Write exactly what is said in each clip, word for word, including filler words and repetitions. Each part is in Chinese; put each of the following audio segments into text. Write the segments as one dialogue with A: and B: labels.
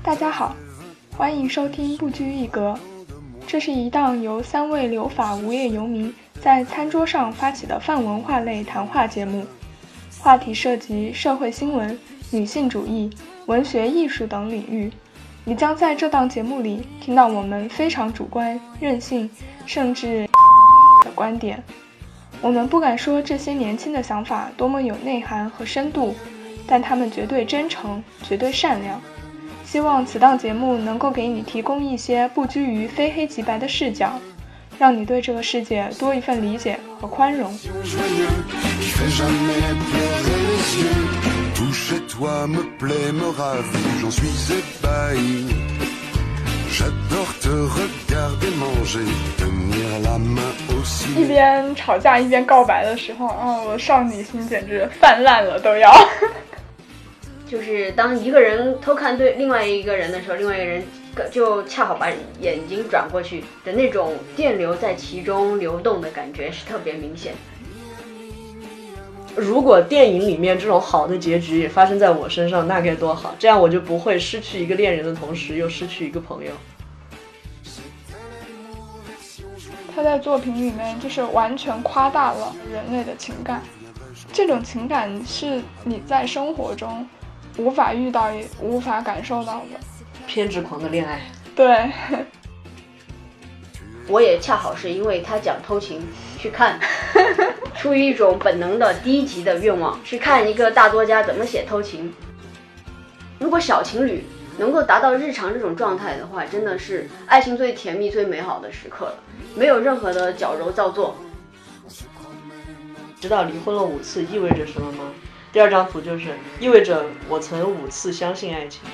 A: 大家好，欢迎收听不拘一格。这是一档由三位留法无业游民在餐桌上发起的泛文化类谈话节目，话题涉及社会新闻、女性主义、文学艺术等领域。你将在这档节目里听到我们非常主观、任性，甚至的观点。我们不敢说这些年轻的想法多么有内涵和深度，但他们绝对真诚，绝对善良。希望此档节目能够给你提供一些不拘于非黑即白的视角，让你对这个世界多一份理解和宽容。一边吵架一边告白的时候，啊，我的少女心简直泛滥了都要。
B: 就是当一个人偷看对另外一个人的时候，另外一个人就恰好把眼睛转过去的那种电流在其中流动的感觉是特别明显。
C: 如果电影里面这种好的结局也发生在我身上，那该多好，这样我就不会失去一个恋人的同时又失去一个朋友。
A: 他在作品里面就是完全夸大了人类的情感，这种情感是你在生活中无法遇到也无法感受到的。
C: 偏执狂的恋爱。
A: 对，
B: 我也恰好是因为他讲偷情去看，出于一种本能的低级的愿望去看一个大作家怎么写偷情。如果小情侣能够达到日常这种状态的话，真的是爱情最甜蜜最美好的时刻了，没有任何的矫揉造作。
C: 知道离婚了五次意味着什么吗？第二张图就是意味着我曾五次相信爱情。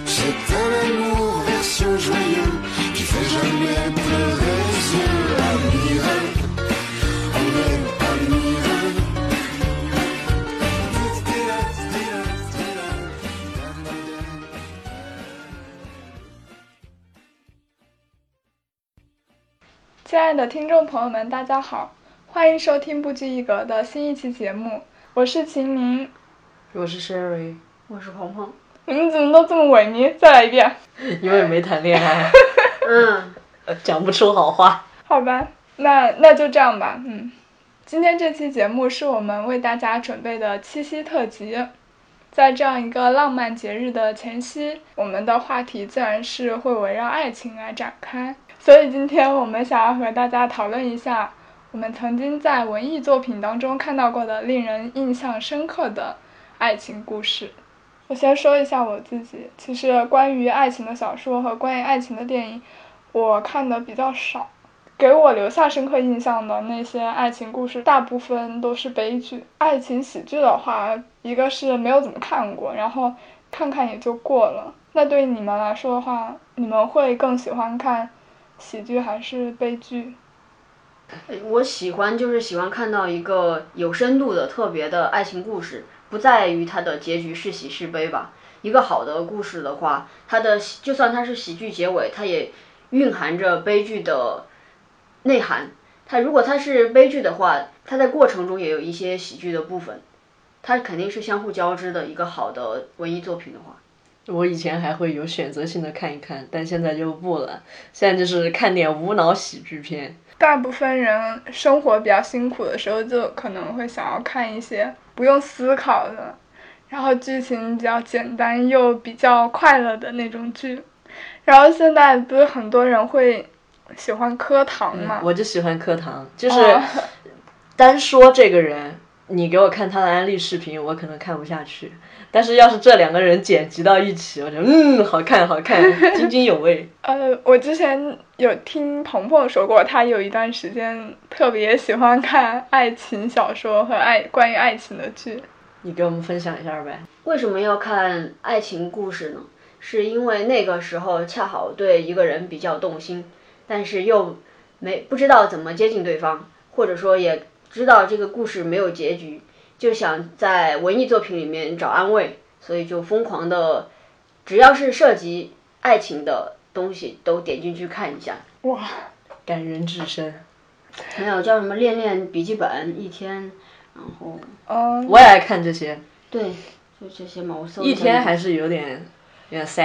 A: 亲爱的听众朋友们，大家好，欢迎收听不拘一格的新一期节目，我是秦明，
C: 我是 Sherry，
B: 我是鹏鹏。
A: 你们怎么都这么萎靡？再来一遍。
C: 因为没谈恋爱。
B: 嗯，
C: 讲不出好话。
A: 好吧，那那就这样吧。嗯，今天这期节目是我们为大家准备的七夕特辑。在这样一个浪漫节日的前夕，我们的话题自然是会围绕爱情来展开。所以今天我们想要和大家讨论一下我们曾经在文艺作品当中看到过的令人印象深刻的爱情故事。我先说一下我自己，其实关于爱情的小说和关于爱情的电影我看的比较少，给我留下深刻印象的那些爱情故事大部分都是悲剧。爱情喜剧的话，一个是没有怎么看过，然后看看也就过了。那对于你们来说的话，你们会更喜欢看喜剧还是悲剧？
B: 我喜欢就是喜欢看到一个有深度的特别的爱情故事，不在于它的结局是喜是悲吧。一个好的故事的话，它的就算它是喜剧结尾，它也蕴含着悲剧的内涵。它如果它是悲剧的话，它在过程中也有一些喜剧的部分，它肯定是相互交织的一个好的文艺作品的话。
C: 我以前还会有选择性的看一看，但现在就不了，现在就是看点无脑喜剧片。
A: 大部分人生活比较辛苦的时候，就可能会想要看一些不用思考的，然后剧情比较简单又比较快乐的那种剧。然后现在不是很多人会喜欢磕糖嘛、
C: 嗯、我就喜欢磕糖，就是单说这个人，你给我看他的安利视频我可能看不下去，但是要是这两个人剪辑到一起，我就嗯好看好看，津津有味。
A: 呃，我之前有听鹏鹏说过，他有一段时间特别喜欢看爱情小说和爱关于爱情的剧。
C: 你给我们分享一下呗。
B: 为什么要看爱情故事呢？是因为那个时候恰好对一个人比较动心，但是又没不知道怎么接近对方，或者说也知道这个故事没有结局，就想在文艺作品里面找安慰，所以就疯狂的只要是涉及爱情的东西都点进去看一下。
A: 哇，
C: 感人至深。
B: 还有叫什么恋恋笔记本一天，然后
A: 嗯，
C: 我也爱看这些。
B: 对，就这些嘛，我搜
C: 一天还是有点有点 sad。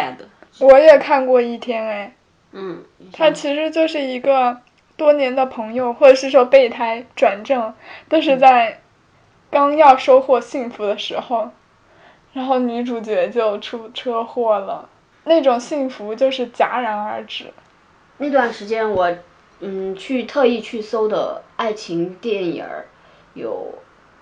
A: 我也看过一天哎，
B: 嗯，
A: 他其实就是一个多年的朋友，或者是说备胎转正，都是在刚要收获幸福的时候，然后女主角就出车祸了，那种幸福就是戛然而止。
B: 那段时间我嗯去特意去搜的爱情电影儿有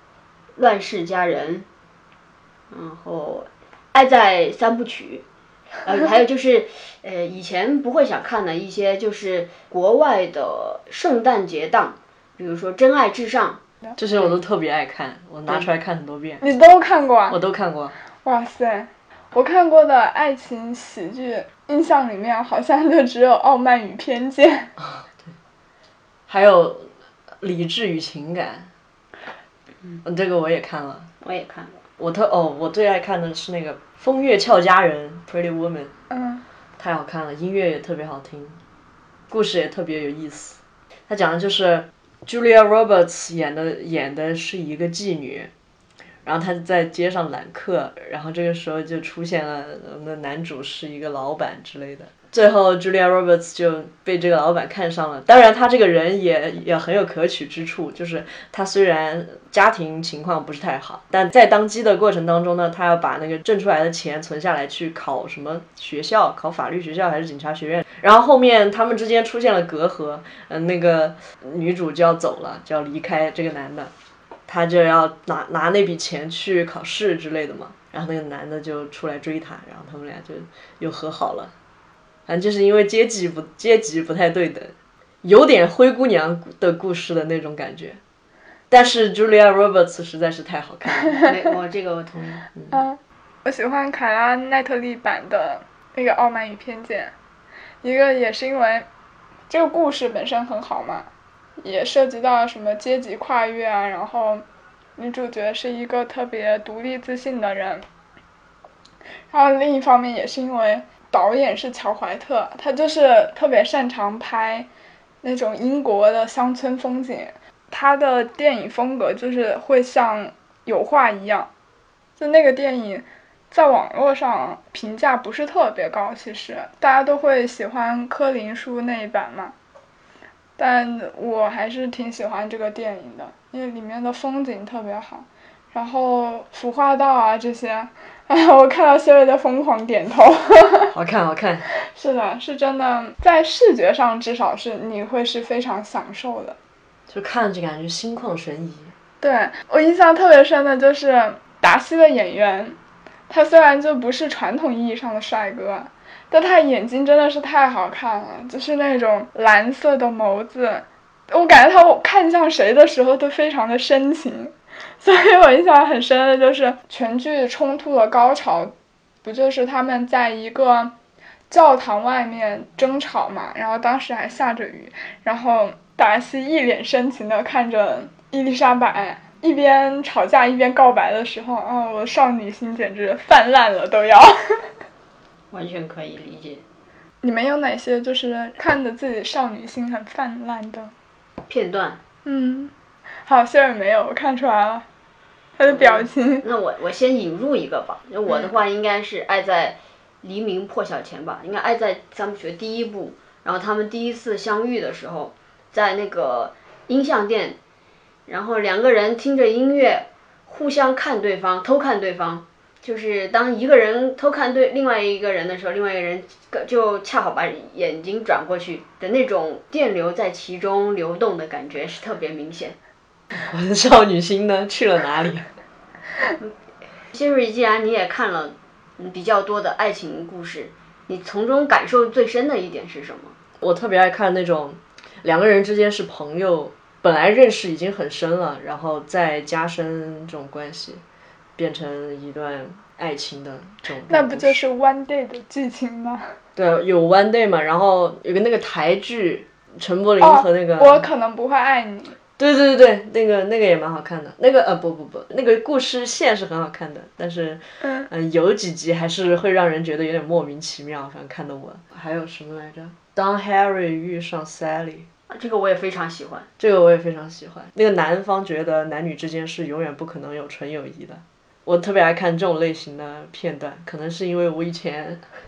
B: 《乱世佳人》，然后《爱在三部曲》，呃，还有就是呃以前不会想看的一些就是国外的圣诞节档，比如说《真爱至上》。
C: 这些我都特别爱看，我拿出来看很多遍。
A: 你都看过啊？
C: 我都看过。
A: 哇塞，我看过的爱情喜剧印象里面好像就只有《傲慢与偏见》
C: 啊，对，还有《理智与情感》，嗯，这个我也看了。
B: 我也看过。
C: 我特哦，我最爱看的是那个《风月俏佳人》（Pretty Woman），
A: 嗯，
C: 太好看了，音乐也特别好听，故事也特别有意思。它讲的就是 Julia Roberts 演的演的是一个妓女，然后她在街上揽客，然后这个时候就出现了我们的男主是一个老板之类的。最后 Julia Roberts 就被这个老板看上了，当然他这个人也也很有可取之处，就是他虽然家庭情况不是太好，但在当机的过程当中呢，他要把那个挣出来的钱存下来去考什么学校，考法律学校还是警察学院。然后后面他们之间出现了隔阂，嗯、呃，那个女主就要走了，就要离开这个男的，他就要拿拿那笔钱去考试之类的嘛，然后那个男的就出来追她，然后他们俩就又和好了。反正就是因为阶级不阶级不太对等，有点灰姑娘的故事的那种感觉，但是 Julia Roberts 实在是太好看了。
B: 没，我这个我同意。
A: 嗯，我喜欢凯拉奈特利版的那个《傲慢与偏见》，一个也是因为这个故事本身很好嘛，也涉及到什么阶级跨越啊，然后女主角是一个特别独立自信的人，然后另一方面也是因为导演是乔怀特，他就是特别擅长拍那种英国的乡村风景，他的电影风格就是会像油画一样，就那个电影在网络上评价不是特别高，其实大家都会喜欢柯林叔那一版嘛，但我还是挺喜欢这个电影的，因为里面的风景特别好，然后服化道啊这些，哎，我看到谢瑞的疯狂点头。
C: 好看好看。
A: 是的，是真的，在视觉上至少是你会是非常享受的，
C: 就看着感觉心旷神怡。
A: 对，我印象特别深的就是达西的演员，他虽然就不是传统意义上的帅哥，但他眼睛真的是太好看了，就是那种蓝色的眸子，我感觉他看向谁的时候都非常的深情，所以我印象很深的就是全剧冲突的高潮，不就是他们在一个教堂外面争吵嘛，然后当时还下着雨，然后达西一脸深情的看着伊丽莎白，一边吵架一边告白的时候，哦，我的少女心简直泛滥了都要。
B: 完全可以理解。
A: 你们有哪些就是看着自己少女心很泛滥的
B: 片段？
A: 嗯，好，谢尔没有，我看出来了，他的表情。
B: 那我我先引入一个吧，我的话应该是《爱在黎明破晓前》吧，应该《爱在三部曲》第一部，然后他们第一次相遇的时候，在那个音像店，然后两个人听着音乐，互相看对方，偷看对方。就是当一个人偷看对另外一个人的时候，另外一个人就恰好把眼睛转过去的那种电流在其中流动的感觉是特别明显。
C: 我的少女心呢去了哪里？
B: 谢瑞，既然你也看了比较多的爱情故事，你从中感受最深的一点是什么？
C: 我特别爱看那种两个人之间是朋友，本来认识已经很深了，然后再加深这种关系，变成一段爱情的这种。
A: 那不就是 One Day 的剧情吗？
C: 对，有 One Day 嘛，然后有个那个台剧，陈柏霖和那个、
A: 哦、我可能不会爱你。
C: 对对对对，那个那个也蛮好看的，那个呃不不不，那个故事线是很好看的，但是嗯、呃、有几集还是会让人觉得有点莫名其妙，反正看得我。还有什么来着？当 Harry 遇上 Sally，
B: 这个我也非常喜欢。
C: 这个我也非常喜欢。那个男方觉得男女之间是永远不可能有纯友谊的，我特别爱看这种类型的片段，可能是因为我以前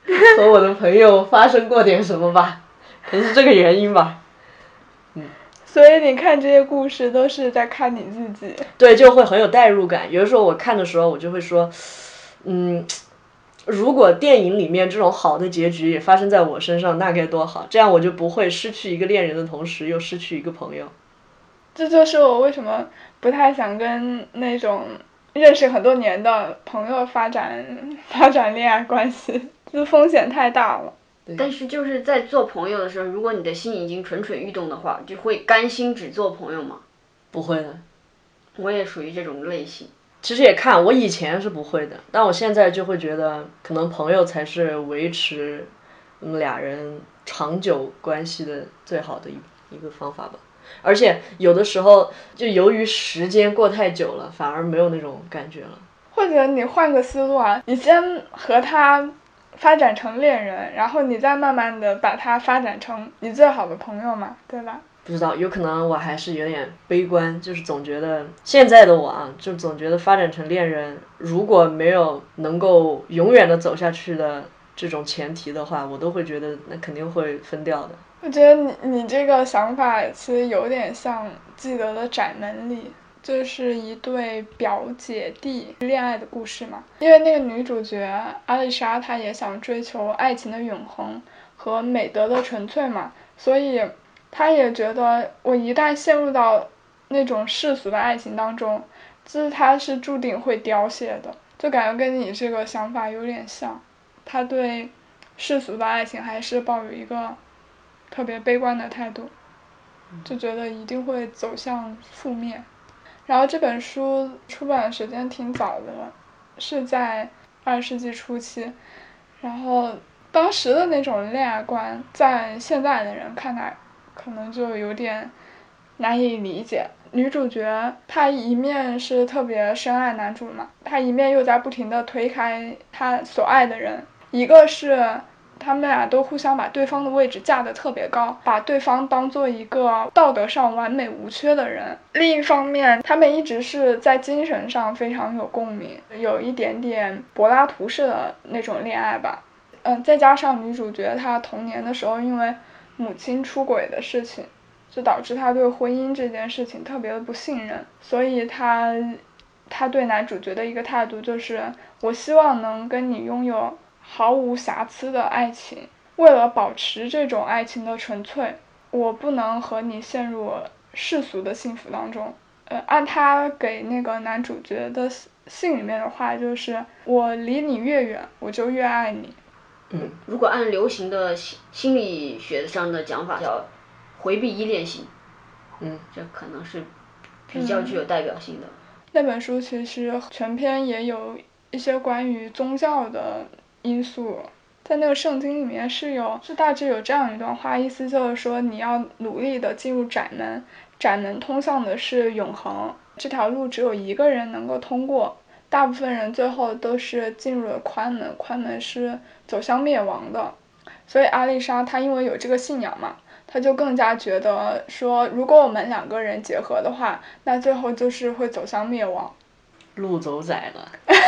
C: 和我的朋友发生过点什么吧，可能是这个原因吧。
A: 所以你看这些故事都是在看你自己。
C: 对，就会很有代入感。有的时候我看的时候，我就会说，嗯，如果电影里面这种好的结局也发生在我身上，那该多好！这样我就不会失去一个恋人的同时又失去一个朋友。
A: 这就是我为什么不太想跟那种认识很多年的朋友发展发展恋爱关系，这风险太大了。
B: 但是就是在做朋友的时候，如果你的心已经蠢蠢欲动的话，就会甘心只做朋友吗？
C: 不会的。
B: 我也属于这种类型。
C: 其实也看，我以前是不会的，但我现在就会觉得，可能朋友才是维持嗯俩人长久关系的最好的一一个方法吧。而且有的时候，就由于时间过太久了，反而没有那种感觉了。
A: 或者你换个思路啊，你先和他发展成恋人，然后你再慢慢的把他发展成你最好的朋友嘛，对吧？
C: 不知道，有可能我还是有点悲观，就是总觉得现在的我啊，就总觉得发展成恋人，如果没有能够永远的走下去的这种前提的话，我都会觉得那肯定会分掉的。
A: 我觉得你你这个想法其实有点像记得的窄门里，就是一对表姐弟恋爱的故事嘛。因为那个女主角阿丽莎她也想追求爱情的永恒和美德的纯粹嘛，所以她也觉得我一旦陷入到那种世俗的爱情当中，就是她是注定会凋谢的，就感觉跟你这个想法有点像。她对世俗的爱情还是抱有一个特别悲观的态度，就觉得一定会走向负面。然后这本书出版的时间挺早的，是在二十世纪初期，然后当时的那种恋爱观在现在的人看来可能就有点难以理解。女主角她一面是特别深爱男主嘛，她一面又在不停地推开她所爱的人，一个是他们俩都互相把对方的位置架得特别高，把对方当做一个道德上完美无缺的人。另一方面，他们一直是在精神上非常有共鸣，有一点点柏拉图式的那种恋爱吧。嗯，再加上女主角她童年的时候因为母亲出轨的事情，就导致她对婚姻这件事情特别的不信任，所以她她对男主角的一个态度就是，我希望能跟你拥有毫无瑕疵的爱情，为了保持这种爱情的纯粹，我不能和你陷入世俗的幸福当中。呃，按他给那个男主角的信里面的话，就是我离你越远，我就越爱你。
B: 嗯，如果按流行的心心理学上的讲法，叫回避依恋型。
C: 嗯，
B: 这可能是比较具有代表性的。
A: 嗯、那本书其实全篇也有一些关于宗教的因素，在那个圣经里面是有是大致有这样一段话，意思就是说你要努力的进入窄门，窄门通向的是永恒，这条路只有一个人能够通过，大部分人最后都是进入了宽门，宽门是走向灭亡的。所以阿丽莎她因为有这个信仰嘛，她就更加觉得说，如果我们两个人结合的话，那最后就是会走向灭亡，
C: 路走窄了。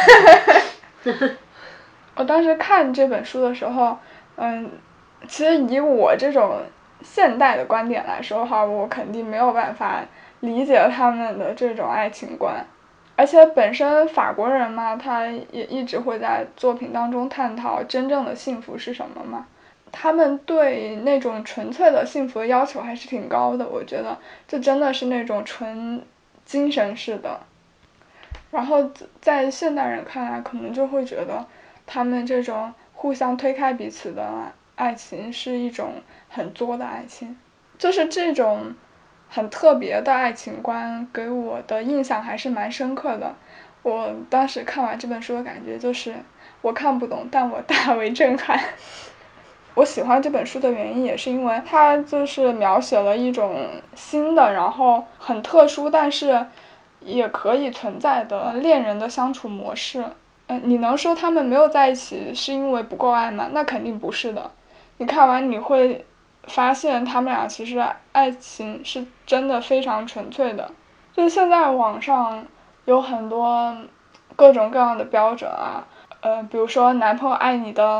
A: 我当时看这本书的时候，嗯，其实以我这种现代的观点来说的话，我肯定没有办法理解他们的这种爱情观。而且本身法国人嘛，他也一直会在作品当中探讨真正的幸福是什么嘛。他们对那种纯粹的幸福的要求还是挺高的，我觉得就真的是那种纯精神式的。然后在现代人看来，可能就会觉得他们这种互相推开彼此的爱情是一种很作的爱情，就是这种很特别的爱情观给我的印象还是蛮深刻的。我当时看完这本书的感觉就是我看不懂，但我大为震撼。我喜欢这本书的原因也是因为它就是描写了一种新的然后很特殊但是也可以存在的恋人的相处模式。嗯，你能说他们没有在一起是因为不够爱吗？那肯定不是的。你看完你会发现他们俩其实爱情是真的非常纯粹的。就是现在网上有很多各种各样的标准啊，呃，比如说男朋友爱你的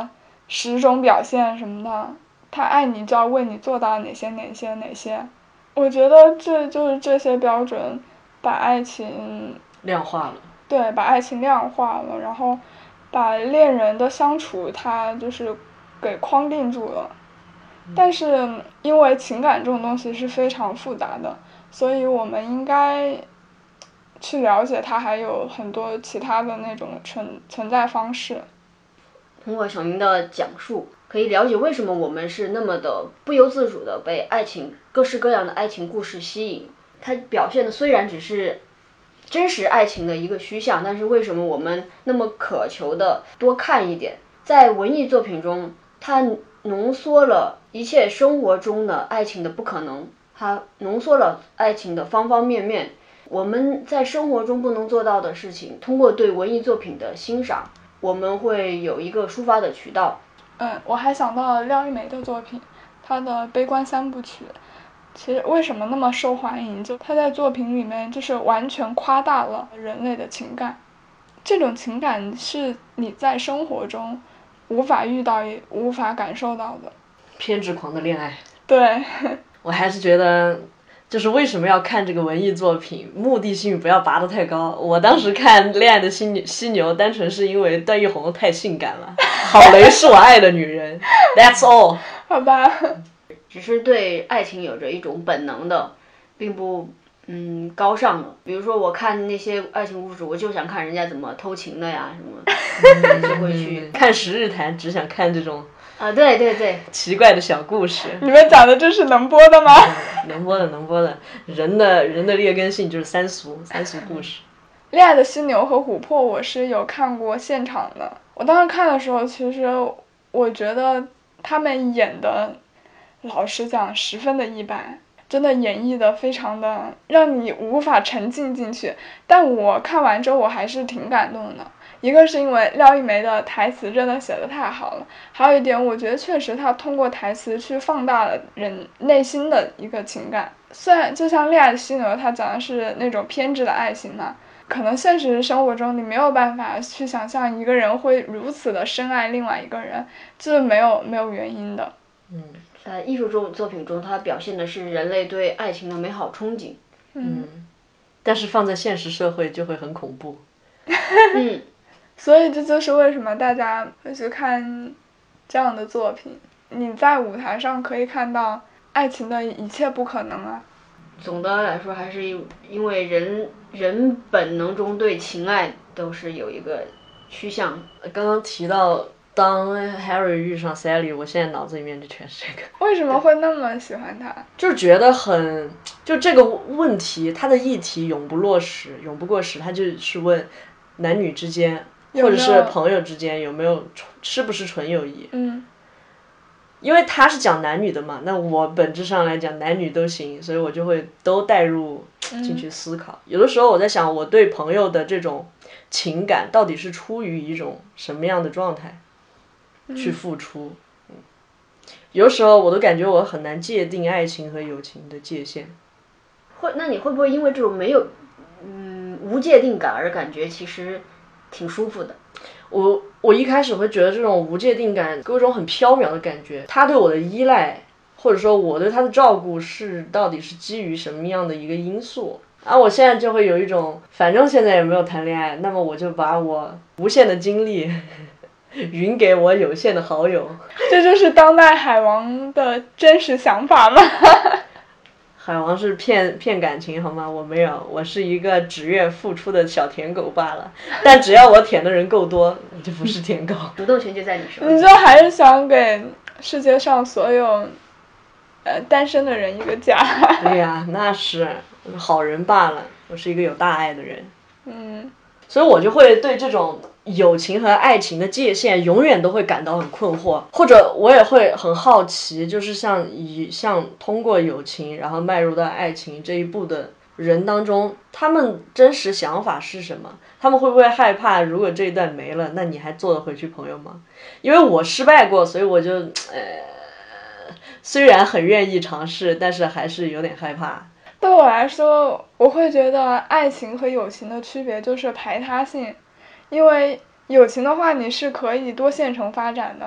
A: 十种表现什么的，他爱你就要为你做到哪些哪些哪些。我觉得这就是这些标准把爱情
C: 量化了。
A: 对，把爱情量化了，然后把恋人的相处他就是给框定住了。但是因为情感这种东西是非常复杂的，所以我们应该去了解它还有很多其他的那种存存在方式。
B: 通过小明的讲述，可以了解为什么我们是那么的不由自主的被爱情各式各样的爱情故事吸引。它表现的虽然只是真实爱情的一个虚像，但是为什么我们那么渴求的多看一点？在文艺作品中，它浓缩了一切生活中的爱情的不可能，它浓缩了爱情的方方面面。我们在生活中不能做到的事情，通过对文艺作品的欣赏，我们会有一个抒发的渠道。
A: 嗯，我还想到了廖一梅的作品，她的《悲观三部曲》，其实为什么那么受欢迎？就她在作品里面就是完全夸大了人类的情感，这种情感是你在生活中无法遇到也无法感受到的。
C: 偏执狂的恋爱。
A: 对。
C: 我还是觉得。就是为什么要看这个文艺作品，目的性不要拔得太高。我当时看《恋爱的犀牛》，犀牛单纯是因为段奕宏太性感了，郝蕾是我爱的女人 ，That's all。
A: 好吧。
B: 只是对爱情有着一种本能的，并不嗯高尚的。比如说我看那些爱情故事，我就想看人家怎么偷情的呀什么，就会去
C: 看十日谈，只想看这种。
B: 啊，对对对，
C: 奇怪的小故事。
A: 你们讲的这是能播的吗？
C: 能播的，能播的。人的人的劣根性就是三俗，三俗故事。
A: 恋爱的犀牛和琥珀我是有看过现场的，我当时看的时候，其实我觉得他们演的，老实讲十分的一般，真的演绎的非常的让你无法沉浸进去。但我看完之后我还是挺感动的。一个是因为廖一梅的台词真的写得太好了，还有一点我觉得确实她通过台词去放大了人内心的一个情感。虽然就像恋爱的犀牛它讲的是那种偏执的爱情嘛，可能现实生活中你没有办法去想象一个人会如此的深爱另外一个人，这是没有没有原因的。
B: 嗯，在艺术中作品中它表现的是人类对爱情的美好憧憬。
A: 嗯，
C: 但是放在现实社会就会很恐怖。
B: 嗯，
A: 所以这就是为什么大家会去看这样的作品。你在舞台上可以看到爱情的一切不可能啊。
B: 总的来说还是因为人人本能中对情爱都是有一个趋向。
C: 刚刚提到当 Harry 遇上 Sally， 我现在脑子里面就全是这个。
A: 为什么会那么喜欢他？
C: 就是觉得很，就这个问题，它的议题永不落实，永不过时。他就是问男女之间，
A: 有没有
C: 或者是朋友之间有没有，是不是纯友谊？
A: 嗯。
C: 因为他是讲男女的嘛，那我本质上来讲男女都行，所以我就会都带入进去思考。
A: 嗯、
C: 有的时候我在想，我对朋友的这种情感到底是出于一种什么样的状态去付出。嗯，有的时候我都感觉我很难界定爱情和友情的界限。
B: 会，那你会不会因为这种没有嗯无界定感而感觉其实挺舒服的？
C: 我我一开始会觉得这种无界定感给我一种很飘渺的感觉，他对我的依赖，或者说我对他的照顾是到底是基于什么样的一个因素？而我现在就会有一种，反正现在也没有谈恋爱，那么我就把我无限的精力匀给我有限的好友。
A: 这就是当代海王的真实想法吗？
C: 海王是骗骗感情好吗？我没有，我是一个只愿付出的小舔狗罢了。但只要我舔的人够多，我就不是舔狗。
B: 主动权就在你手里。
A: 你就还是想给世界上所有呃单身的人一个家。
C: 对呀、啊，那是好人罢了。我是一个有大爱的人。
A: 嗯。
C: 所以我就会对这种友情和爱情的界限永远都会感到很困惑，或者我也会很好奇，就是像以像通过友情然后迈入到爱情这一步的人当中，他们真实想法是什么？他们会不会害怕如果这一段没了，那你还做得回去朋友吗？因为我失败过，所以我就呃虽然很愿意尝试，但是还是有点害怕。
A: 对我来说，我会觉得爱情和友情的区别就是排他性，因为友情的话你是可以多线程发展的，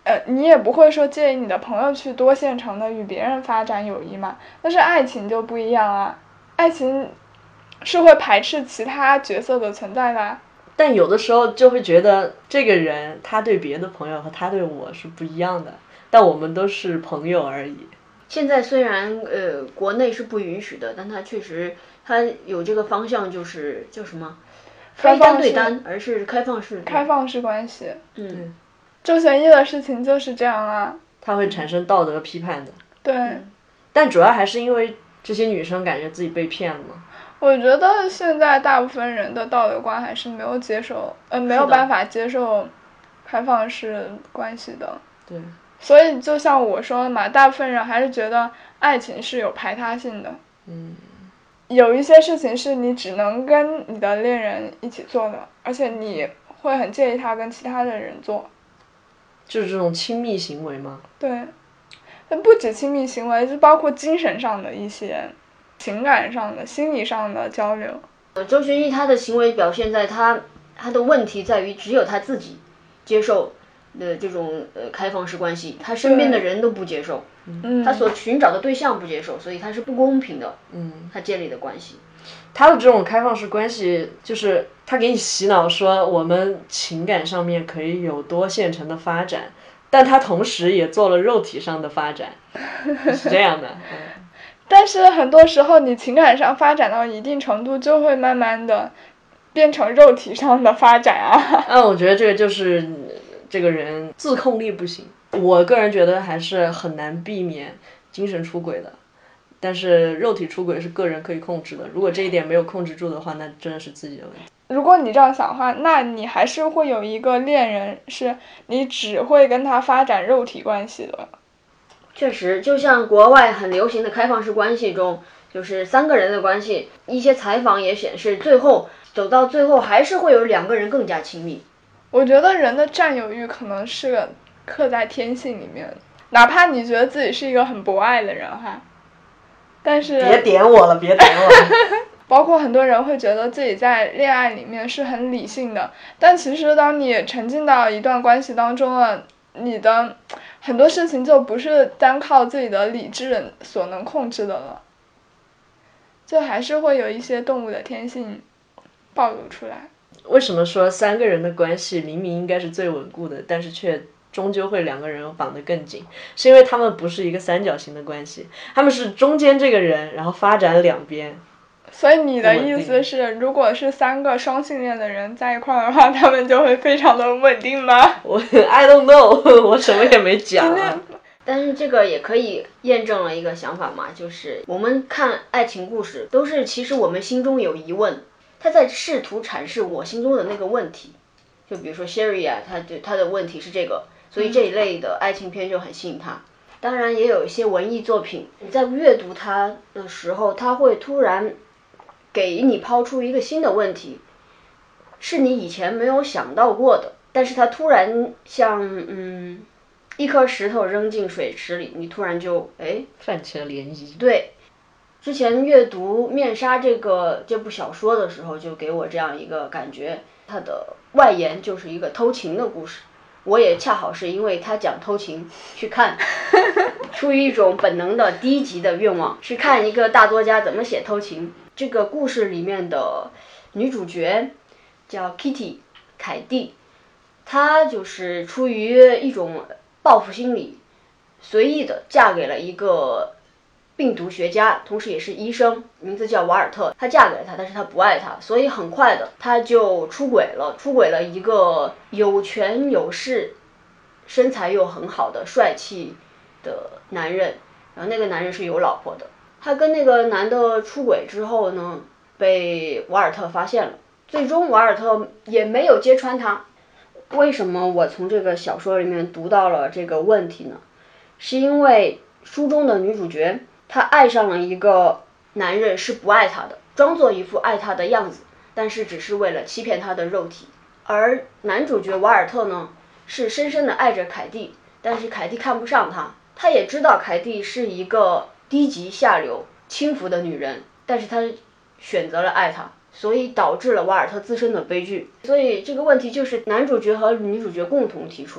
A: 呃，你也不会说介意你的朋友去多线程的与别人发展友谊嘛。但是爱情就不一样啊，爱情是会排斥其他角色的存在的啊。
C: 但有的时候就会觉得这个人他对别的朋友和他对我是不一样的，但我们都是朋友而已。
B: 现在虽然呃国内是不允许的，但它确实它有这个方向，就是叫什么？非单对单，而是开放式
A: 开放式关系。
B: 嗯，
A: 周旋一的事情就是这样啊，
C: 它会产生道德批判的。
A: 对、
B: 嗯，
C: 但主要还是因为这些女生感觉自己被骗了嘛。
A: 我觉得现在大部分人的道德观还是没有接受，呃，没有办法接受开放式关系的。
C: 对。
A: 所以就像我说的嘛，大部分人还是觉得爱情是有排他性的。
C: 嗯。
A: 有一些事情是你只能跟你的恋人一起做的，而且你会很介意他跟其他的人做。
C: 就是这种亲密行为吗？
A: 对，不止亲密行为，就包括精神上的一些。情感上的、心理上的交流。
B: 呃，周旋一他的行为表现在他他的问题在于只有他自己接受的这种呃开放式关系，他身边的人都不接受，
A: 嗯，
B: 他所寻找的对象不接受，所以他是不公平的。
C: 嗯，
B: 他建立的关系，
C: 他的这种开放式关系，就是他给你洗脑说我们情感上面可以有多线程的发展，但他同时也做了肉体上的发展，是这样的。嗯，
A: 但是很多时候你情感上发展到一定程度，就会慢慢的变成肉体上的发展啊。
C: 嗯，我觉得这个就是这个人自控力不行。我个人觉得还是很难避免精神出轨的，但是肉体出轨是个人可以控制的，如果这一点没有控制住的话，那真的是自己的问题。
A: 如果你这样想的话，那你还是会有一个恋人，是你只会跟他发展肉体关系的。
B: 确实，就像国外很流行的开放式关系中，就是三个人的关系，一些采访也显示，最后走到最后还是会有两个人更加亲密。
A: 我觉得人的占有欲可能是个刻在天性里面，哪怕你觉得自己是一个很博爱的人哈，但是
C: 别点我了，别点我了。
A: 包括很多人会觉得自己在恋爱里面是很理性的，但其实当你沉浸到一段关系当中了，你的很多事情就不是单靠自己的理智所能控制的了，就还是会有一些动物的天性暴露出来。
C: 为什么说三个人的关系明明应该是最稳固的，但是却终究会两个人绑得更紧？是因为他们不是一个三角形的关系，他们是中间这个人，然后发展两边。
A: 所以你的意思是，如果是三个双性恋的人在一块儿的话，他们就会非常的稳定吗？
C: 我 I don't know， 我什么也没讲、啊。
B: 但是这个也可以验证了一个想法嘛，就是我们看爱情故事，都是其实我们心中有疑问，他在试图阐释我心中的那个问题。就比如说 Sherry 啊，他对他的问题是这个，所以这一类的爱情片就很吸引他。当然也有一些文艺作品，你在阅读它的时候，他会突然给你抛出一个新的问题，是你以前没有想到过的，但是它突然像嗯一颗石头扔进水池里，你突然就哎
C: 泛起了涟漪。
B: 对，之前阅读《面纱》这个这部小说的时候，就给我这样一个感觉，它的外延就是一个偷情的故事。我也恰好是因为他讲偷情去看，出于一种本能的低级的愿望，是看一个大作家怎么写偷情。这个故事里面的女主角叫 Kitty 凯蒂，她就是出于一种报复心理，随意的嫁给了一个病毒学家，同时也是医生，名字叫瓦尔特。她嫁给了他，但是她不爱他，所以很快的她就出轨了，出轨了一个有权有势、身材又很好的帅气的男人。然后那个男人是有老婆的。她跟那个男的出轨之后呢，被瓦尔特发现了，最终瓦尔特也没有揭穿他。为什么我从这个小说里面读到了这个问题呢？是因为书中的女主角她爱上了一个男人，是不爱她的，装作一副爱她的样子，但是只是为了欺骗她的肉体。而男主角瓦尔特呢，是深深的爱着凯蒂，但是凯蒂看不上他，他也知道凯蒂是一个低级下流轻浮的女人，但是他选择了爱她，所以导致了瓦尔特自身的悲剧。所以这个问题就是男主角和女主角共同提出的，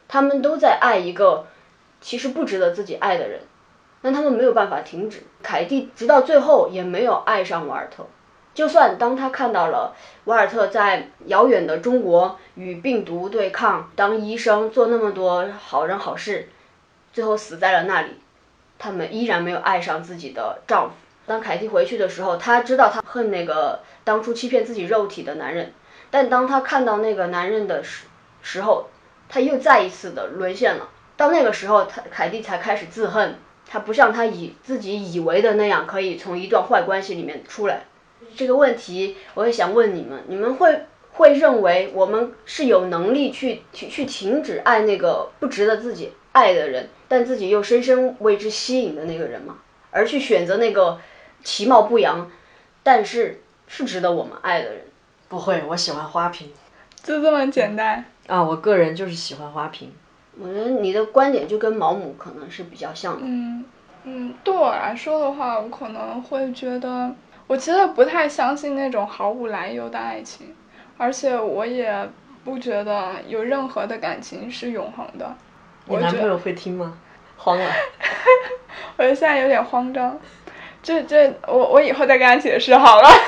B: 他们都在爱一个其实不值得自己爱的人，但他们没有办法停止。凯蒂直到最后也没有爱上瓦尔特，就算当他看到了瓦尔特在遥远的中国与病毒对抗，当医生做那么多好人好事，最后死在了那里，他们依然没有爱上自己的丈夫。当凯蒂回去的时候，她知道她恨那个当初欺骗自己肉体的男人，但当她看到那个男人的时时候，她又再一次的沦陷了。到那个时候，她凯蒂才开始自恨，她不像她以自己以为的那样可以从一段坏关系里面出来。这个问题我也想问你们，你们会会认为我们是有能力去去去停止爱那个不值得自己爱的人，但自己又深深为之吸引的那个人吗？而去选择那个其貌不扬但是是值得我们爱的人？
C: 不会，我喜欢花瓶。
A: 就这么简单
C: 啊，我个人就是喜欢花瓶。
B: 我觉得你的观点就跟毛姆可能是比较像的。
A: 嗯嗯，对我来说的话，我可能会觉得，我其实不太相信那种毫无来由的爱情，而且我也不觉得有任何的感情是永恒的。
C: 你男朋友会听吗？慌了。
A: 我现在有点慌张，这这我我以后再跟他解释好了。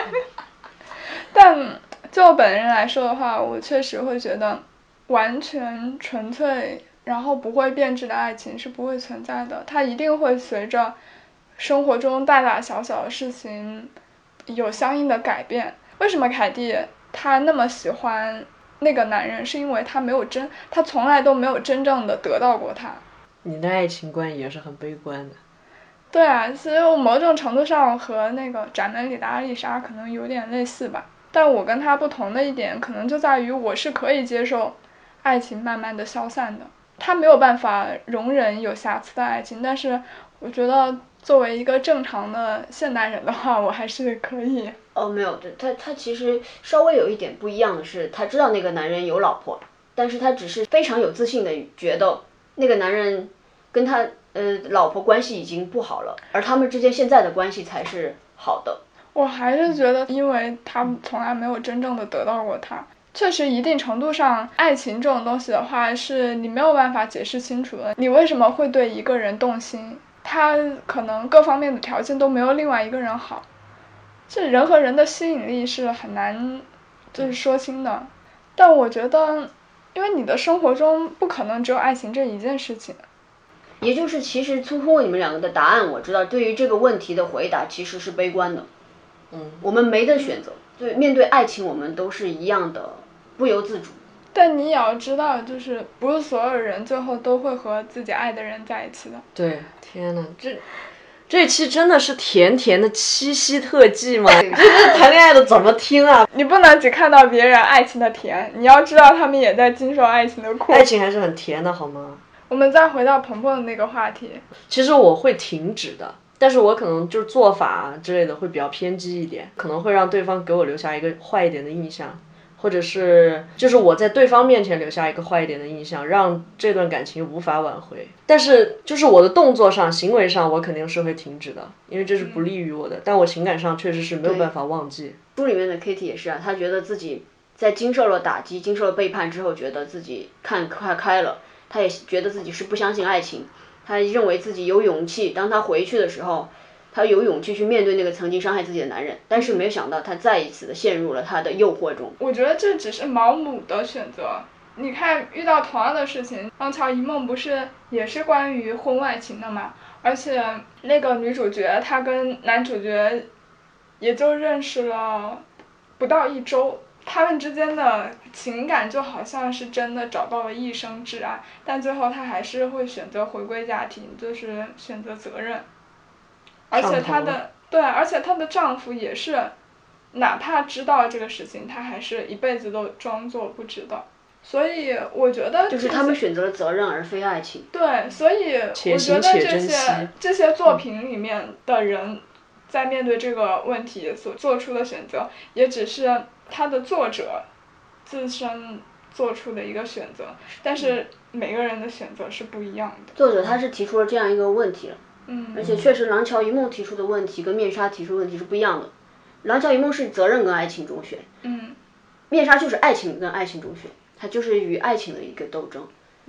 A: 但就我本人来说的话，我确实会觉得完全纯粹然后不会变质的爱情是不会存在的，它一定会随着生活中大大小小的事情有相应的改变。为什么凯蒂她那么喜欢那个男人，是因为他没有真他从来都没有真正的得到过他。
C: 你的爱情观也是很悲观的。
A: 对啊，所以我某种程度上和那个窄门里的阿丽莎可能有点类似吧，但我跟她不同的一点可能就在于我是可以接受爱情慢慢的消散的，她没有办法容忍有瑕疵的爱情，但是我觉得作为一个正常的现代人的话，我还是可以。
B: 哦，没有，对，他他其实稍微有一点不一样的是，他知道那个男人有老婆，但是他只是非常有自信的觉得那个男人跟他呃老婆关系已经不好了，而他们之间现在的关系才是好的。
A: 我还是觉得，因为他从来没有真正的得到过他。确实一定程度上，爱情这种东西的话是你没有办法解释清楚的。你为什么会对一个人动心，他可能各方面的条件都没有另外一个人好，这人和人的吸引力是很难就是说清的。但我觉得因为你的生活中不可能只有爱情这一件事情。
B: 也就是其实通过你们两个的答案，我知道对于这个问题的回答其实是悲观的。
C: 嗯，
B: 我们没得选择，对，面对爱情我们都是一样的不由自主。
A: 但你也要知道，就是不是所有人最后都会和自己爱的人在一起的。
C: 对，天哪，这这期真的是甜甜的七夕特辑吗？这这谈恋爱的怎么听啊？
A: 你不能只看到别人爱情的甜，你要知道他们也在经受爱情的苦。
C: 爱情还是很甜的好吗？
A: 我们再回到鹏鹏的那个话题，
C: 其实我会停止的，但是我可能就是做法之类的会比较偏激一点，可能会让对方给我留下一个坏一点的印象，或者是就是我在对方面前留下一个坏一点的印象，让这段感情无法挽回。但是就是我的动作上行为上我肯定是会停止的，因为这是不利于我的、嗯、但我情感上确实是没有办法忘记。
B: 书里面的 Kitty 也是啊，她觉得自己在经受了打击经受了背叛之后，觉得自己看快开了，她也觉得自己是不相信爱情，她认为自己有勇气，当她回去的时候她有勇气去面对那个曾经伤害自己的男人，但是没有想到她再一次的陷入了他的诱惑中。
A: 我觉得这只是毛姆的选择。你看遇到同样的事情，《廊桥遗梦》不是也是关于婚外情的嘛？而且那个女主角她跟男主角也就认识了不到一周，他们之间的情感就好像是真的找到了一生挚爱，但最后她还是会选择回归家庭，就是选择责任。而且她的对，而且她的丈夫也是，哪怕知道这个事情，他还是一辈子都装作不知道。所以我觉得
B: 就是他们选择了责任而非爱情。
A: 对，所以我觉得这些这些作品里面的人在面对这个问题所做出的选择，也只是他的作者自身做出的一个选择，但是每个人的选择是不一样的。
B: 作者他是提出了这样一个问题了，
A: 嗯，
B: 而且确实廊桥遗梦提出的问题跟面纱提出的问题是不一样的。廊桥遗梦是责任跟爱情中选，
A: 嗯，
B: 面纱就是爱情跟爱情中选，它就是与爱情的一个斗争。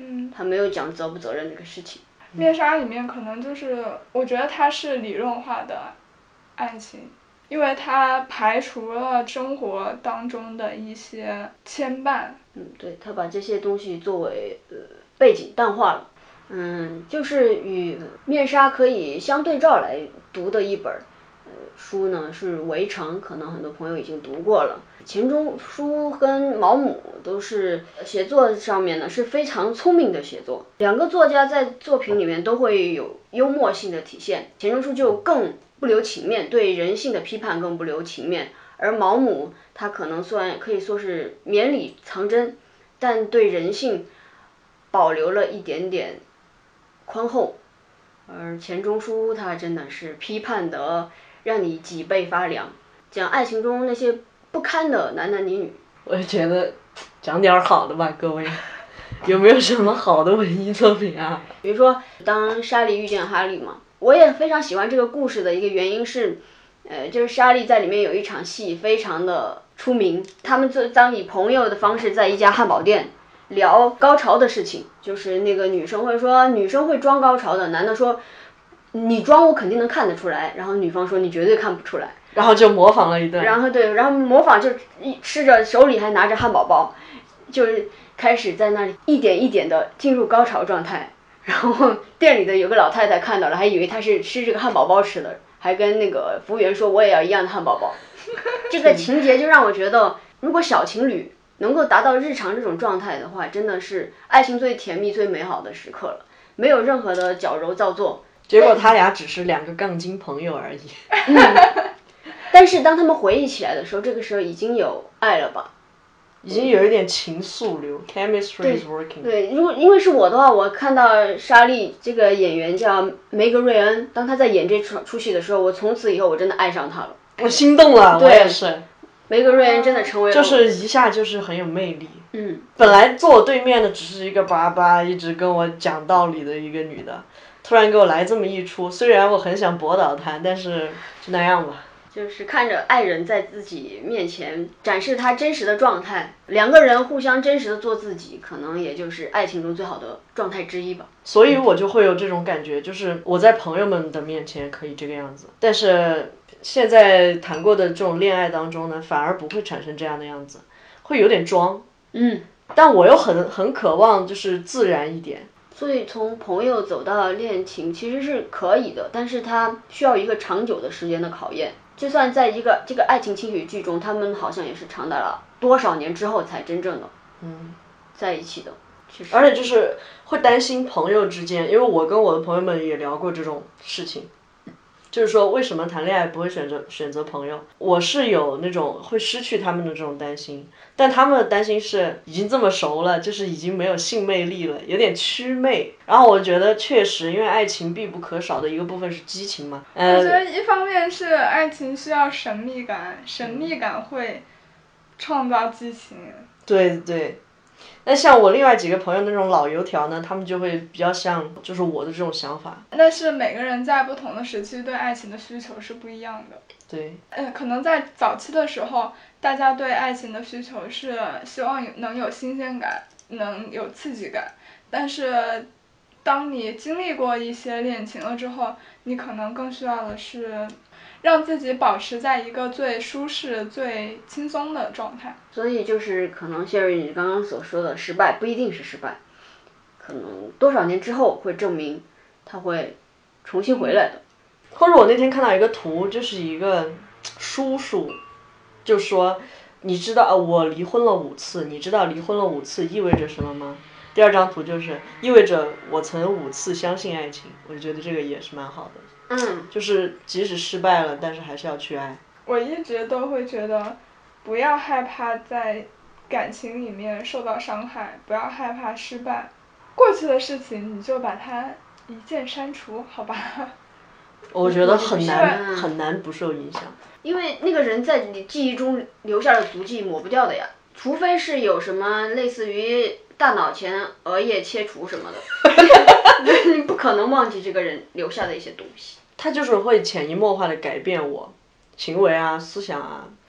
A: 嗯，
B: 他没有讲责不责任这个事情。
A: 面纱里面可能就是我觉得它是理论化的爱情，因为它排除了生活当中的一些牵绊。
B: 嗯，对，他把这些东西作为呃背景淡化了。嗯，就是与面纱可以相对照来读的一本呃书呢是《围城》，可能很多朋友已经读过了。钱钟书跟毛姆都是写作上面呢是非常聪明的写作，两个作家在作品里面都会有幽默性的体现。钱钟书就更不留情面，对人性的批判更不留情面，而毛姆他可能算可以说是绵里藏针，但对人性保留了一点点宽厚，而钱钟书他真的是批判得让你脊背发凉，讲爱情中那些不堪的男男女女。
C: 我也觉得讲点好的吧，各位，有没有什么好的文艺作品啊？
B: 比如说，当莎莉遇见哈利嘛，我也非常喜欢这个故事的一个原因是，呃，就是莎莉在里面有一场戏非常的出名，他们就当以朋友的方式在一家汉堡店聊高潮的事情，就是那个女生会说女生会装高潮的，男的说你装我肯定能看得出来，然后女方说你绝对看不出来，
C: 然后就模仿了一段，
B: 然后对，然后模仿就一吃着手里还拿着汉堡包，就是开始在那里一点一点的进入高潮状态，然后店里的有个老太太看到了，还以为他是吃这个汉堡包吃的，还跟那个服务员说我也要一样的汉堡包。这个情节就让我觉得，如果小情侣能够达到日常这种状态的话，真的是爱情最甜蜜最美好的时刻了，没有任何的矫揉造作。
C: 结果他俩只是两个杠精朋友而已。
B: 嗯，但是当他们回忆起来的时候，这个时候已经有爱了吧，
C: 已经有一点情愫流 ，chemistry is working。
B: 对，如果因为是我的话，我看到莎莉这个演员叫梅格瑞恩，当她在演这出出戏的时候，我从此以后我真的爱上她了。
C: 我心动了，我也是。
B: 梅格瑞恩真的成为了
C: 就是一下就是很有魅力。
B: 嗯，
C: 本来坐我对面的只是一个巴巴一直跟我讲道理的一个女的，突然给我来这么一出，虽然我很想驳倒她，但是就那样吧。
B: 就是看着爱人在自己面前展示他真实的状态，两个人互相真实的做自己，可能也就是爱情中最好的状态之一吧。
C: 所以我就会有这种感觉，就是我在朋友们的面前可以这个样子，但是现在谈过的这种恋爱当中呢，反而不会产生这样的样子，会有点装。
B: 嗯，
C: 但我又很很渴望就是自然一点。
B: 所以从朋友走到恋情其实是可以的，但是它需要一个长久的时间的考验。就算在一个这个爱情轻喜剧中，他们好像也是长达了多少年之后才真正的
C: 嗯
B: 在一起的。其实
C: 而且就是会担心朋友之间，因为我跟我的朋友们也聊过这种事情，就是说为什么谈恋爱不会选择选择朋友？我是有那种会失去他们的这种担心，但他们的担心是已经这么熟了，就是已经没有性魅力了，有点祛魅。然后我觉得确实，因为爱情必不可少的一个部分是激情嘛。呃，
A: 我觉得一方面是爱情需要神秘感，神秘感会创造激情。
C: 对对。那像我另外几个朋友那种老油条呢，他们就会比较像就是我的这种想法。
A: 那是每个人在不同的时期对爱情的需求是不一样的。
C: 对。
A: 嗯，可能在早期的时候，大家对爱情的需求是希望能有新鲜感，能有刺激感。但是，当你经历过一些恋情了之后，你可能更需要的是让自己保持在一个最舒适、最轻松的状态。
B: 所以就是可能谢瑞你刚刚所说的失败不一定是失败，可能多少年之后会证明他会重新回来的。
C: 或者我那天看到一个图，就是一个叔叔就说，你知道我离婚了五次，你知道离婚了五次意味着什么吗？第二张图就是意味着我曾五次相信爱情，我就觉得这个也是蛮好的。
B: 嗯，
C: 就是即使失败了，但是还是要去爱。
A: 我一直都会觉得，不要害怕在感情里面受到伤害，不要害怕失败，过去的事情你就把它一键删除，好吧？
C: 我觉得很难很难不受影响，
B: 因为那个人在你记忆中留下的足迹抹不掉的呀，除非是有什么类似于大脑前额叶切除什么的，你不可能忘记这个人留下的一些东西。
C: 他就是会潜移默化的改变我行为啊思想啊。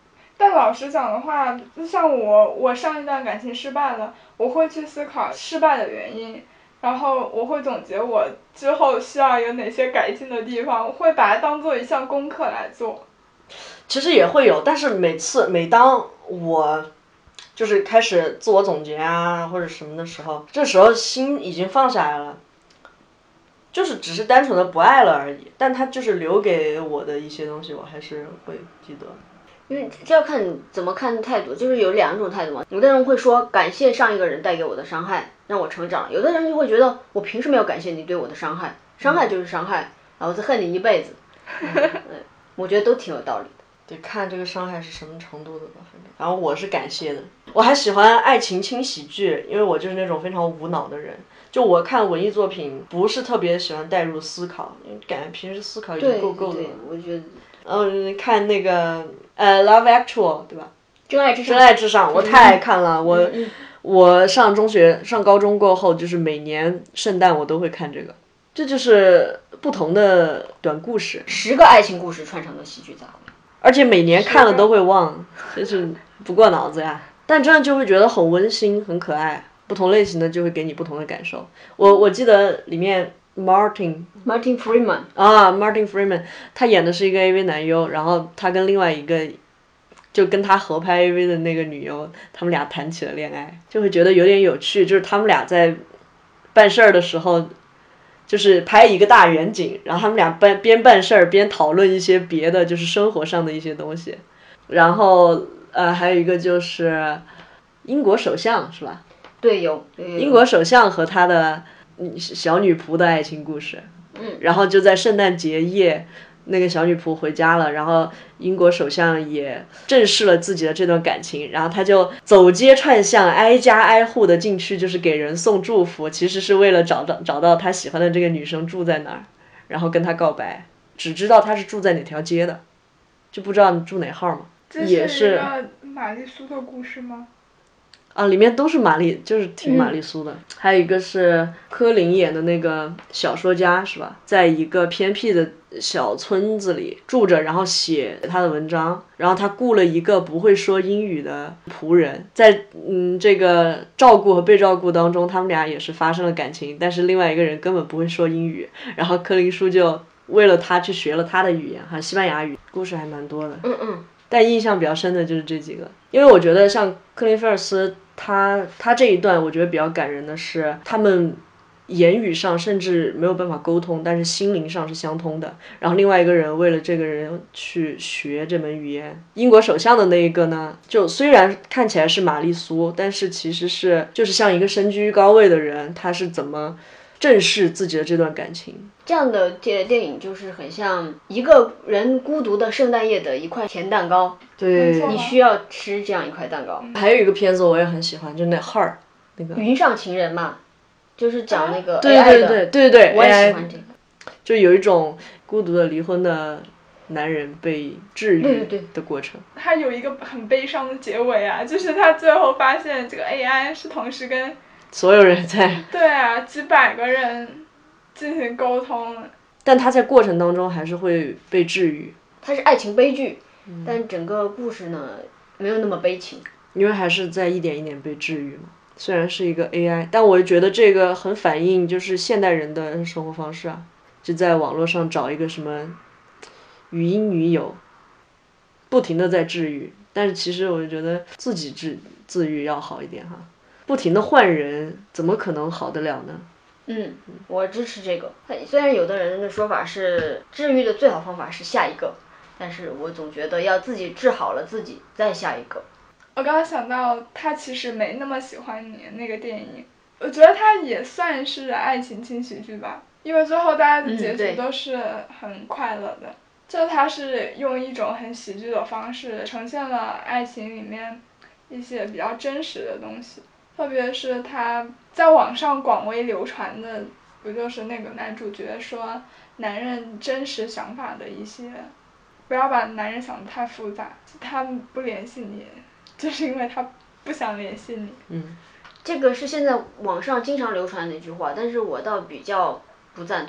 A: 但老实讲的话，就像我，我上一段感情失败了，我会去思考失败的原因，然后我会总结我之后需要有哪些改进的地方，我会把它当做一项功课来做。
C: 其实也会有，但是每次每当我就是开始自我总结啊或者什么的时候，这时候心已经放下来了，就是只是单纯的不爱了而已，但它就是留给我的一些东西，我还是会记得。
B: 因为这要看你怎么看态度，就是有两种态度嘛。有的人会说感谢上一个人带给我的伤害，让我成长；有的人就会觉得我凭什么要感谢你对我的伤害？伤害就是伤害，然后再恨你一辈子。嗯，我觉得都挺有道理的。
C: 得看这个伤害是什么程度的吧，反正。然后我是感谢的，我还喜欢爱情轻喜剧，因为我就是那种非常无脑的人。就我看文艺作品不是特别喜欢带入思考，因为感觉平时思考已经够够的了。
B: 对对，我觉得。
C: 嗯，看那个呃《Love Actual》对吧？
B: 真爱至上。
C: 真爱至上，我太爱看了。我
B: 嗯
C: 我上中学、上高中过后，就是每年圣诞我都会看这个。这就是不同的短故事，
B: 十个爱情故事串成的喜剧杂烩。
C: 而且每年看了都会忘，就是不过脑子呀。但真的就会觉得很温馨、很可爱。不同类型的就会给你不同的感受。我我记得里面 Martin
B: Martin Freeman
C: 啊 Martin Freeman 他演的是一个 A V 男优，然后他跟另外一个就跟他合拍 A V 的那个女优，他们俩谈起了恋爱，就会觉得有点有趣。就是他们俩在办事儿的时候，就是拍一个大远景，然后他们俩边边办事儿边讨论一些别的，就是生活上的一些东西。然后呃，还有一个就是英国首相是吧？
B: 对，有。对有
C: 英国首相和他的小女仆的爱情故事。
B: 嗯。
C: 然后就在圣诞节夜，那个小女仆回家了，然后英国首相也正视了自己的这段感情，然后他就走街串巷，挨家挨户的进去，就是给人送祝福，其实是为了找到找到他喜欢的这个女生住在哪儿，然后跟她告白，只知道她是住在哪条街的，就不知道你住哪号嘛。
A: 这是一个玛丽苏的故事吗？
C: 啊，里面都是玛丽，就是挺玛丽苏的。嗯、还有一个是柯林演的那个小说家，是吧？在一个偏僻的小村子里住着，然后写他的文章。然后他雇了一个不会说英语的仆人，在嗯这个照顾和被照顾当中，他们俩也是发生了感情。但是另外一个人根本不会说英语，然后柯林叔就为了他去学了他的语言，哈，西班牙语。故事还蛮多的。
B: 嗯嗯。
C: 但印象比较深的就是这几个，因为我觉得像克林菲尔斯他他这一段我觉得比较感人的是，他们言语上甚至没有办法沟通，但是心灵上是相通的。然后另外一个人为了这个人去学这门语言。英国首相的那一个呢，就虽然看起来是玛丽苏，但是其实是就是像一个身居高位的人，他是怎么正视自己的这段感情。
B: 这样的电电影就是很像一个人孤独的圣诞夜的一块甜蛋糕。
C: 对，
B: 你需要吃这样一块蛋糕。
C: 还有一个片子我也很喜欢，就那 Her 那个
B: 云上情人嘛，就是讲那个 A
C: 对
B: I 的。
C: 对对对对，
B: 我也喜欢这个。
C: 就有一种孤独的离婚的男人被治愈的过程。
A: 他有一个很悲伤的结尾啊，就是他最后发现这个 A I 是同时跟
C: 所有人在
A: 对啊几百个人进行沟通，
C: 但他在过程当中还是会被治愈。
B: 它是爱情悲剧，嗯、但整个故事呢没有那么悲情，
C: 因为还是在一点一点被治愈嘛。虽然是一个 A I， 但我觉得这个很反映就是现代人的生活方式啊，就在网络上找一个什么语音女友，不停的在治愈，但是其实我觉得自己治自愈要好一点哈，不停的换人怎么可能好得了呢？
B: 嗯，我支持这个。虽然有的人的说法是治愈的最好方法是下一个，但是我总觉得要自己治好了自己再下一个。
A: 我刚刚想到他其实没那么喜欢你那个电影，我觉得他也算是爱情轻喜剧吧，因为最后大家的结局都是很快乐的，就他是用一种很喜剧的方式呈现了爱情里面一些比较真实的东西，特别是他在网上广为流传的不就是那个男主角说男人真实想法的一些，不要把男人想得太复杂，他不联系你就是因为他不想联系你。
C: 嗯，
B: 这个是现在网上经常流传的一句话，但是我倒比较不赞同。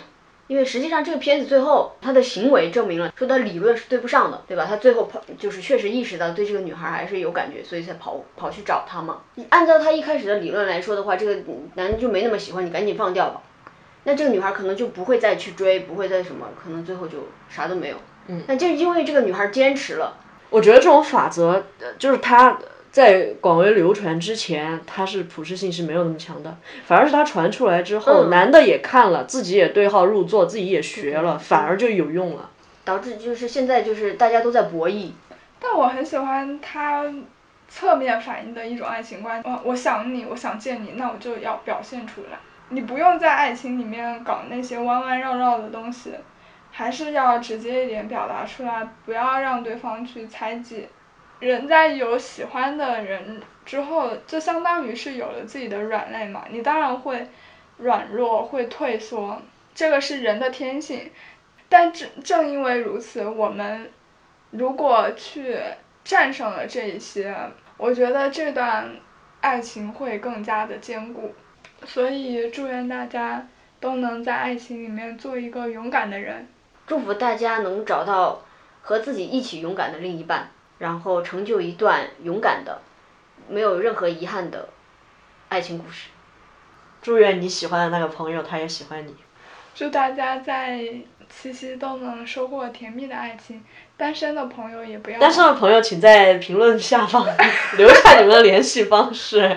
B: 因为实际上这个片子最后他的行为证明了说他理论是对不上的，对吧？他最后跑就是确实意识到对这个女孩还是有感觉，所以才跑跑去找她嘛。你按照他一开始的理论来说的话，这个男人就没那么喜欢你，赶紧放掉吧。那这个女孩可能就不会再去追，不会再什么，可能最后就啥都没有。
C: 嗯，
B: 但就是因为这个女孩坚持了。
C: 我觉得这种法则就是它在广为流传之前，它是普适性是没有那么强的，反而是它传出来之后，
B: 嗯、
C: 男的也看了，自己也对号入座，自己也学了，
B: 嗯、
C: 反而就有用了，
B: 导致就是现在就是大家都在博弈。
A: 但我很喜欢他侧面反映的一种爱情观，我我想你，我想见你，那我就要表现出来。你不用在爱情里面搞那些弯弯绕绕的东西，还是要直接一点表达出来，不要让对方去猜忌。人在有喜欢的人之后，就相当于是有了自己的软肋嘛，你当然会软弱，会退缩，这个是人的天性。但正正因为如此，我们如果去战胜了这一些，我觉得这段爱情会更加的坚固。所以祝愿大家都能在爱情里面做一个勇敢的人，
B: 祝福大家能找到和自己一起勇敢的另一半，然后成就一段勇敢的没有任何遗憾的爱情故事。
C: 祝愿你喜欢的那个朋友他也喜欢你。
A: 祝大家在七夕都能收获甜蜜的爱情，单身的朋友也不要
C: 单身的朋友请在评论下方留下你们的联系方式。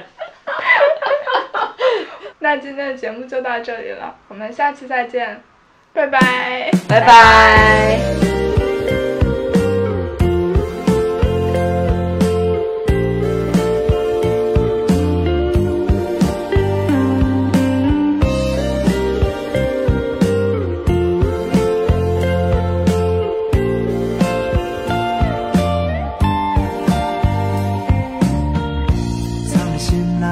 A: 那今天的节目就到这里了，我们下期再见，拜拜，
C: 拜拜。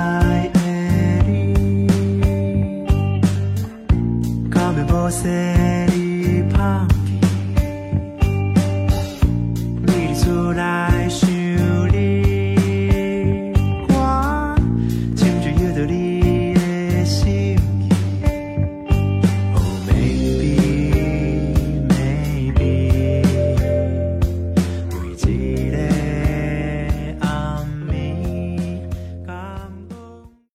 D: você